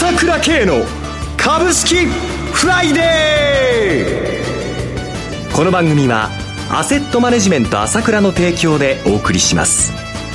朝倉慶の株式フライデー。この番組はアセットマネジメント朝倉の提供でお送りします。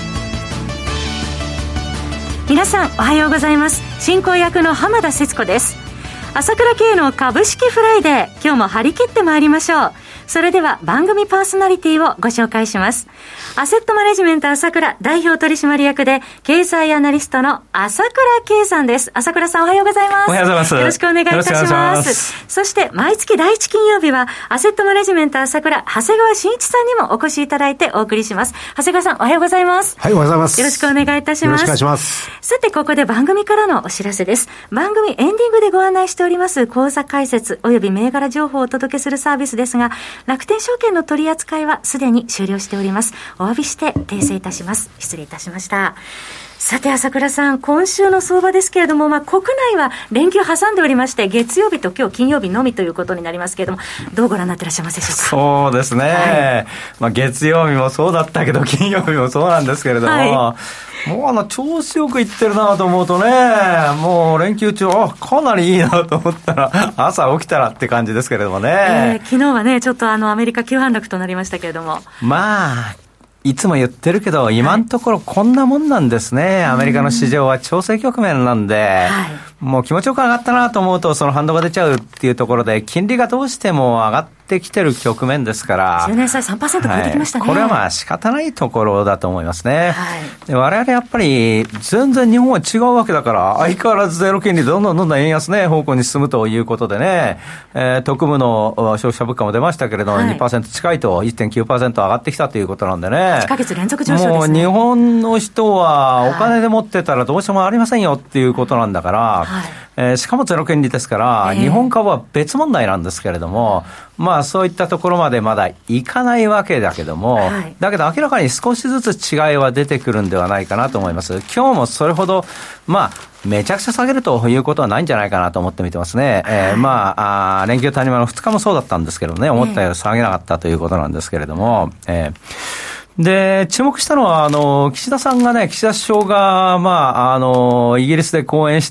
皆さんおはようございます。進行役の浜田節子です。朝倉慶の株式フライデー、今日も張り切ってまいりましょう。それでは番組パーソナリティをご紹介します。アセットマネジメント朝倉代表取締役で経済アナリストの朝倉慶さんです。朝倉さんおはようございます。 おはようございます。 よろしくお願いいたします。そして毎月第1金曜日はアセットマネジメント朝倉長谷川慎一さんにもお越しいただいてお送りします。長谷川さんおはようございます。 はい、おはようございます。 よろしくお願いいたします。 よろしくお願いします。 さてここで番組からのお知らせです。番組エンディングでご案内しております口座開設および銘柄情報をお届けするサービスですが、楽天証券の取り扱いはすでに終了しております。お詫びして訂正いたします。失礼いたしました。さて朝倉さん、今週の相場ですけれども、国内は連休挟んでおりまして月曜日と今日金曜日のみということになりますけれども、どうご覧になっていらっしゃいますでしょうか。 そうですね、はい、月曜日もそうだったけど金曜日もそうなんですけれども、はい、もう調子よくいってるなと思うとね、もう連休中かなりいいなと思ったら朝起きたらって感じですけれどもね、 昨日はねちょっとアメリカ急反落となりましたけれども、 いつも言ってるけど今のところこんなもんなんですね、アメリカの市場は調整局面なんで、もう気持ちよく上がったなと思うとその反動が出ちゃうっていうところで、金利がどうしても上がってきてる局面ですから、 10年債 3% 超えてきましたね、 これは仕方ないところだと思いますね、で我々やっぱり全然日本は違うわけだから、相変わらずゼロ金利どんどん円安ね方向に進むということでね、特務の消費者物価も出ましたけれども、2% 近いと 1.9% 上がってきたということなんでね、 8ヶ月連続上昇ですね。 もう日本の人はお金で持ってたらどうしようもありませんよっていうことなんだから、しかもゼロ金利ですから、日本株は別問題なんですけれども、そういったところまでまだいかないわけだけども、だけど明らかに少しずつ違いは出てくるんではないかなと思います。今日もそれほどめちゃくちゃ下げるということはないんじゃないかなと思って見てますね。連休谷間の2日もそうだったんですけどね、思ったより下げなかったということなんですけれども、で、注目したのは、岸田さんがね、岸田首相が、イギリスで講演して、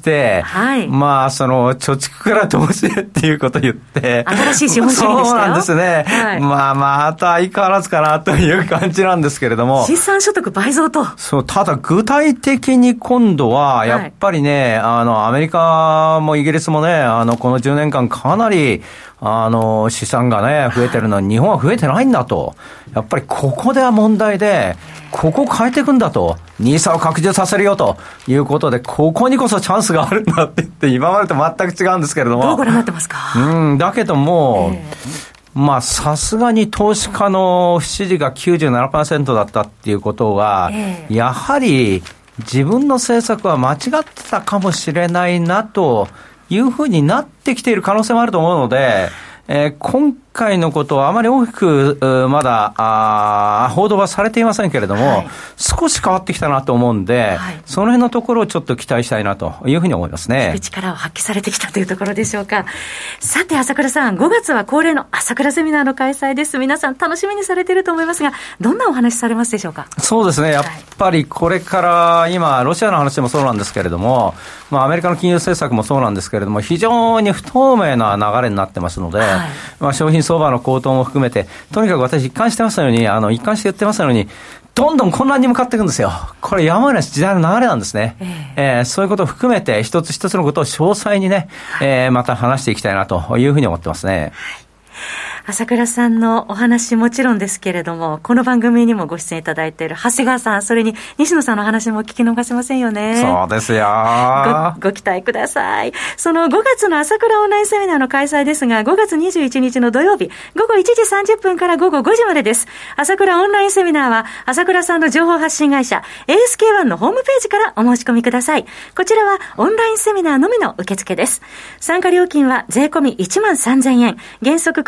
その、貯蓄から投資へっていうことを言って、 新しい資本主義でしたよ。 そうなんですね。また相変わらずかなという感じなんですけれども。 資産所得倍増と。 そう、ただ具体的に今度は、やっぱりね、アメリカもイギリスもね、この10年間かなり、資産がね、増えてるのに日本は増えてないんだと。やっぱりここでは問題で、ここを変えていくんだと。NISA を拡充させるよということで、ここにこそチャンスがあるんだって言って、今までと全く違うんですけれども。 どうご覧になってますか。 だけども、さすがに投資家の不支持が 97% だったっていうことは、やはり自分の政策は間違ってたかもしれないなというふうになってきている可能性もあると思うので、今回のことはあまり大きくまだ報道はされていませんけれども、少し変わってきたなと思うんで、その辺のところをちょっと期待したいなというふうに思いますね。 力を発揮されてきたというところでしょうか。さて朝倉さん、5月は恒例の朝倉ゼミナーの開催です。皆さん楽しみにされていると思いますが、どんなお話されますでしょうか。 そうですね、やっぱりこれから今ロシアの話もそうなんですけれども、アメリカの金融政策もそうなんですけれども、非常に不透明な流れになってますので、商品相場の高騰も含めて、とにかく私一貫してますように、一貫して言ってますように、どんどん混乱に向かっていくんですよ。これやむを得ない時代の流れなんですね。そういうことを含めて一つ一つのことを詳細にね、また話していきたいなというふうに思ってますね。 朝倉さんのお話もちろんですけれども、この番組にもご出演いただいている長谷川さん、それに西野さんの話も聞き逃せませんよね。 そうですよ。 ご期待ください。その5月の朝倉オンラインセミナーの開催ですが、5月21日の土曜日午後1時30分から午後5時までです。朝倉オンラインセミナーは朝倉さんの情報発信会社 ASK1 のホームページからお申し込みください。こちらはオンラインセミナーのみの受付です。参加料金は税込み13,000円、原則クレジット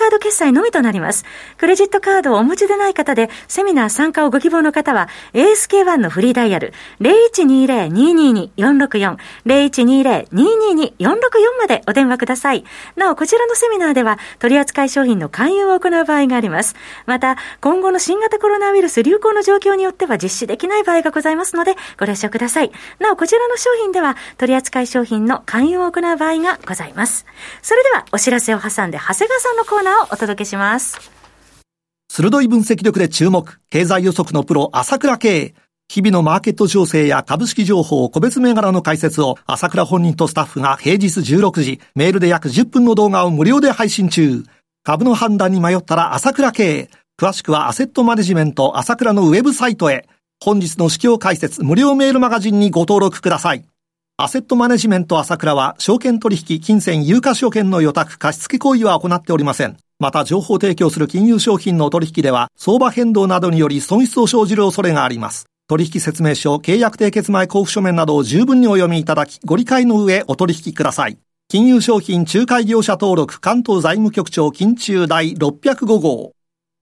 カード決済のみとなります。クレジットカードをお持ちでない方で、セミナー参加をご希望の方は、ASK1 のフリーダイヤル、0120-222-464、0120-222-464までお電話ください。なお、こちらのセミナーでは、取扱い商品の勧誘を行う場合があります。また、今後の新型コロナウイルス流行の状況によっては実施できない場合がございますので、ご了承ください。なお、こちらの商品では、取扱い商品の勧誘を行う場合がございます。それでは、お知らせを挟んで、長谷川さんのコーナーをお届けします。 鋭い分析力で注目、経済予測のプロ、朝倉慶。日々のマーケット情勢や株式情報、個別銘柄の解説を、朝倉本人とスタッフが平日16時、メールで約10分の動画を無料で配信中。株の判断に迷ったら朝倉慶。詳しくはアセットマネジメント朝倉のウェブサイトへ。本日の市況解説無料メールマガジンにご登録ください。アセットマネジメント朝倉は、証券取引、金銭、有価証券の予託、貸付行為は行っておりません。また、情報提供する金融商品の取引では、相場変動などにより損失を生じる恐れがあります。取引説明書、契約締結前交付書面などを十分にお読みいただき、ご理解の上お取引ください。金融商品仲介業者登録関東財務局長金中第605号。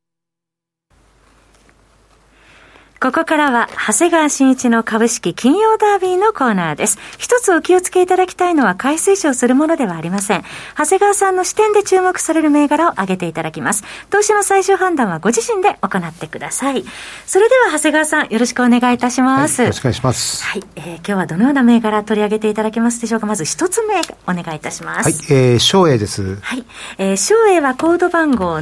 ここからは長谷川慎一の株式金曜ダービーのコーナーです。一つお気をつけいただきたいのは買い推奨するものではありません。長谷川さんの視点で注目される銘柄を挙げていただきます。投資の最終判断はご自身で行ってください。それでは長谷川さん、よろしくお願いいたします。 はい、よろしくお願いします。 はい、今日はどのような銘柄取り上げていただけますでしょうか。まず一つ目お願いいたします。 はい、商栄です。 はい、商栄はコード番号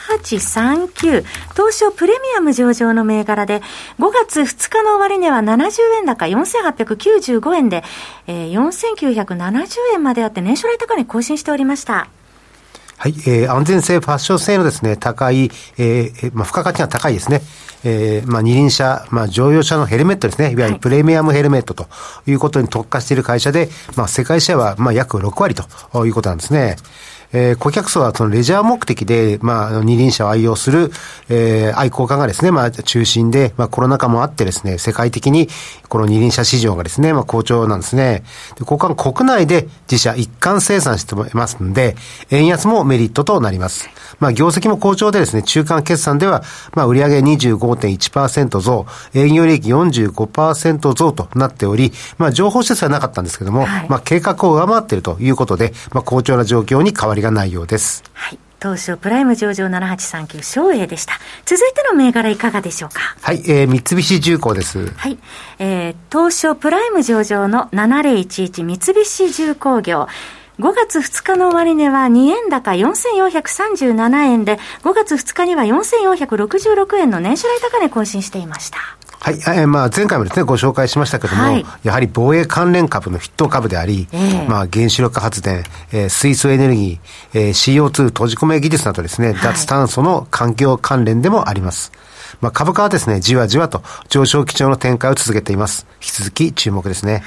7839、東証プレミアム上場の銘柄で、5月2日の終値は70円高4895円で、4970円まであって年初来高値更新しておりました。 はい、安全性、ファッション性のですね、高い、付加価値が高いですね。二輪車、乗用車のヘルメットですね。いわゆるプレミアムヘルメットということに特化している会社で、世界シェアは約6割ということなんですね。顧客層はそのレジャー目的で、二輪車を愛用する、愛好家がですね、中心で、コロナ禍もあってですね、世界的にこの二輪車市場がですね、好調なんですね。で、ここは国内で自社一貫生産してますんで、円安もメリットとなります。業績も好調でですね、中間決算では、売上 25.1% 増、営業利益 45% 増となっており、情報施設はなかったんですけども、計画を上回っているということで、好調な状況に変わりがないようです。 はい。東証プライム上場7839商栄でした。続いての銘柄いかがでしょうか。 はい、三菱重工です。 はい、東証プライム上場の7011三菱重工業。5月2日の終値は2円高4437円で、5月2日には4466円の年初来高値更新していました。 はい、前回もですね、ご紹介しましたけども、やはり防衛関連株の筆頭株であり、原子力発電、水素エネルギー、CO2 閉じ込め技術などですね、脱炭素の環境関連でもあります。株価はですね、じわじわと上昇基調の展開を続けています。引き続き注目ですね。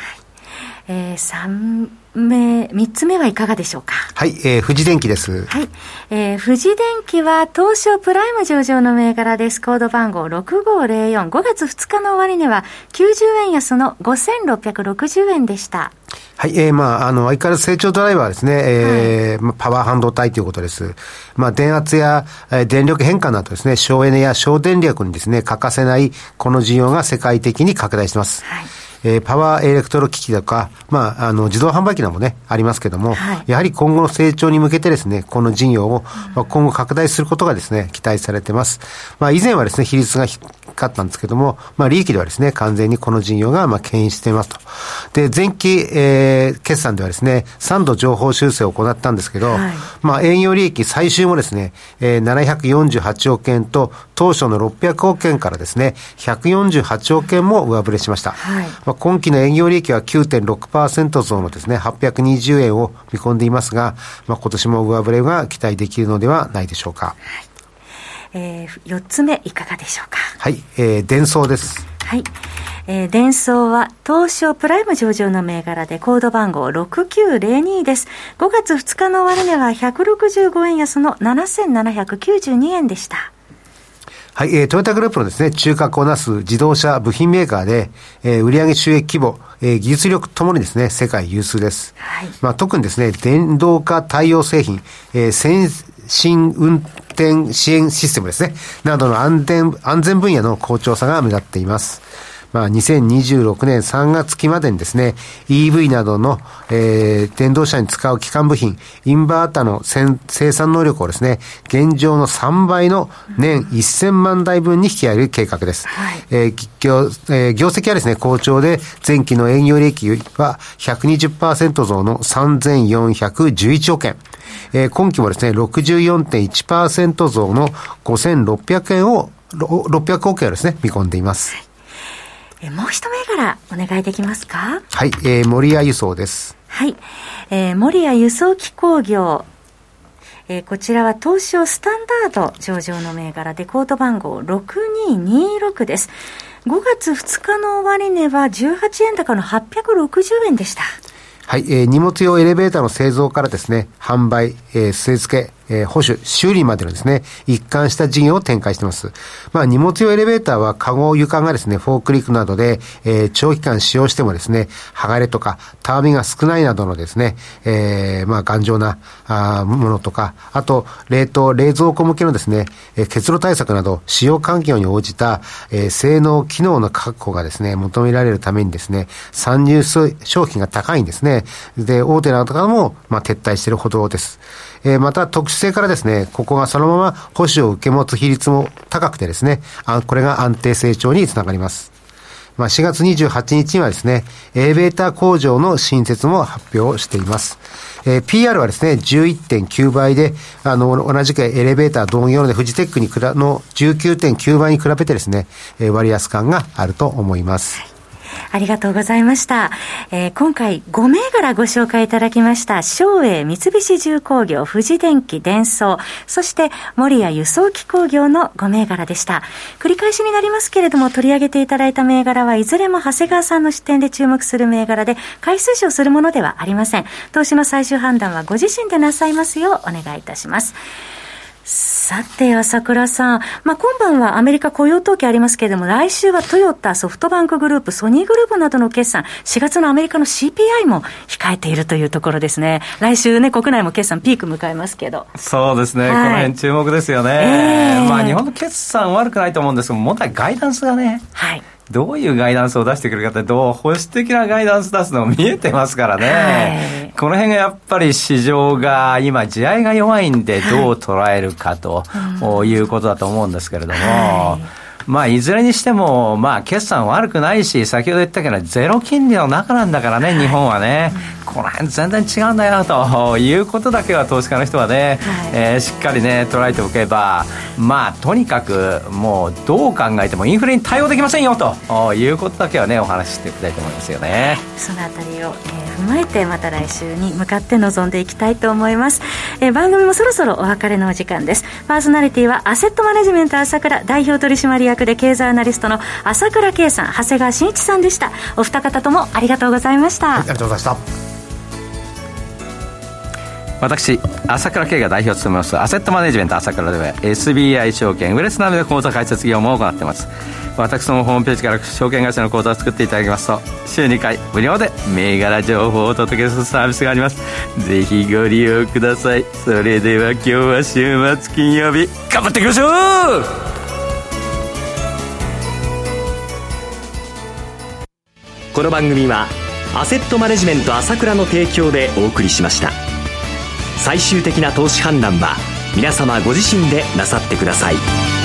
3つ目はいかがでしょうか。 はい、富士電機です。 はい、富士電機は東証プライム上場の銘柄です。コード番号6504、5月2日の終値は90円安の5660円でした。 はい、相変わらず成長ドライバーですね、パワー半導体ということです。電圧や、電力変換などですね、省エネや省電力にですね、欠かせないこの需要が世界的に拡大しています。はい、パワーエレクトロ機器とか、自動販売機などもね、ありますけども、やはり今後の成長に向けてですね、この事業を、今後拡大することがですね、期待されています。以前はですね、比率が低かったんですけども、利益ではですね、完全にこの事業が牽引していますと。で、前期、決算ではですね、3度情報修正を行ったんですけど、営業利益最終もですね、748億円と、当初の600億円からですね、148億円も上振れしました。今期の営業利益は 9.6% 増のですね、820円を見込んでいますが、今年も上振れが期待できるのではないでしょうか。 4つ目いかがでしょうか。 はい、デンソーです。 はい、デンソーは東証プライム上場の銘柄でコード番号6902です。5月2日の終値は165円安の7792円でした。 はい、トヨタグループのですね、中核をなす自動車部品メーカーで、売上収益規模、技術力ともにですね、世界有数です。はい、特にですね、電動化対応製品、セ新運転支援システムですね。などの安全分野の好調さが目立っています。2026年3月期までにですね、EV などの、電動車に使う基幹部品、インバータの生産能力をですね、現状の3倍の年1000万台分に引き上げる計画です。はい、業績はですね、好調で、前期の営業利益は 120% 増の3411億円。今期もですね、64.1% 増の600億円をですね、見込んでいます。 もう一銘柄お願いできますか。 はい、森谷輸送です。 はい、森谷輸送機工業、こちらは東証スタンダード上場の銘柄でコード番号6226です。5月2日の終値は18円高の860円でした。 はい、荷物用エレベーターの製造からですね、販売、据え付け、保守、修理までのですね、一貫した事業を展開しています。荷物用エレベーターはカゴ床がですね、フォークリフトなどで、長期間使用してもですね、剥がれとか、たわみが少ないなどのですね、頑丈なものとか、あと、冷凍、冷蔵庫向けのですね、結露対策など、使用環境に応じた、性能、機能の確保がですね、求められるためにですね、参入商品が高いんですね。で、大手などからも、撤退しているほどです。また特殊性からですね、ここがそのまま保守を受け持つ比率も高くてですね、これが安定成長につながります。4月28日にはですね、エレベーター工場の新設も発表しています。PR はですね、11.9 倍で、同じくエレベーター同業のフジテックの 19.9 倍に比べてですね、割安感があると思います。 ありがとうございました。今回5銘柄ご紹介いただきました。商栄、三菱重工業、富士電機、デンソー、そして森谷輸送機工業の5銘柄でした。繰り返しになりますけれども、取り上げていただいた銘柄はいずれも長谷川さんの視点で注目する銘柄で、買い推奨するものではありません。投資の最終判断はご自身でなさいますようお願いいたします。さて朝倉さん、今晩はアメリカ雇用統計ありますけれども、来週はトヨタ、ソフトバンクグループ、ソニーグループなどの決算、4月のアメリカの CPI も控えているというところですね。来週ね、国内も決算ピーク迎えますけど。 そうですね、はい、この辺注目ですよね。日本の決算悪くないと思うんですけど、問題ガイダンスがね、はい、どういうガイダンスを出してくるかって、保守的なガイダンス出すのも見えてますからね、はい、この辺がやっぱり市場が今地合いが弱いんでどう捉えるかということだと思うんですけれども、はい、いずれにしても、決算悪くないし、先ほど言ったけどゼロ金利の中なんだからね、日本はね、この辺全然違うんだよということだけは投資家の人はね、はい、しっかりね捉えておけば、とにかくもうどう考えてもインフレに対応できませんよということだけはねお話ししていきたいと思いますよね。 そのあたりを、踏まえてまた来週に向かって臨んでいきたいと思います。番組もそろそろお別れのお時間です。パーソナリティはアセットマネジメント朝倉代表取締役で経済アナリストの朝倉圭さん、長谷川慎一さんでした。お二方ともありがとうございました。 はい、ありがとうございました。 私朝倉圭が代表を務めますアセットマネジメント朝倉では SBI 証券ウェルスナビで口座開設業務を行っています。私のホームページから証券会社の口座を作っていただきますと、週2回無料で銘柄情報をお届けするサービスがあります。ぜひご利用ください。それでは今日は週末金曜日頑張っていきましょう。 この番組はアセットマネジメント朝倉の提供でお送りしました。最終的な投資判断は皆様ご自身でなさってください。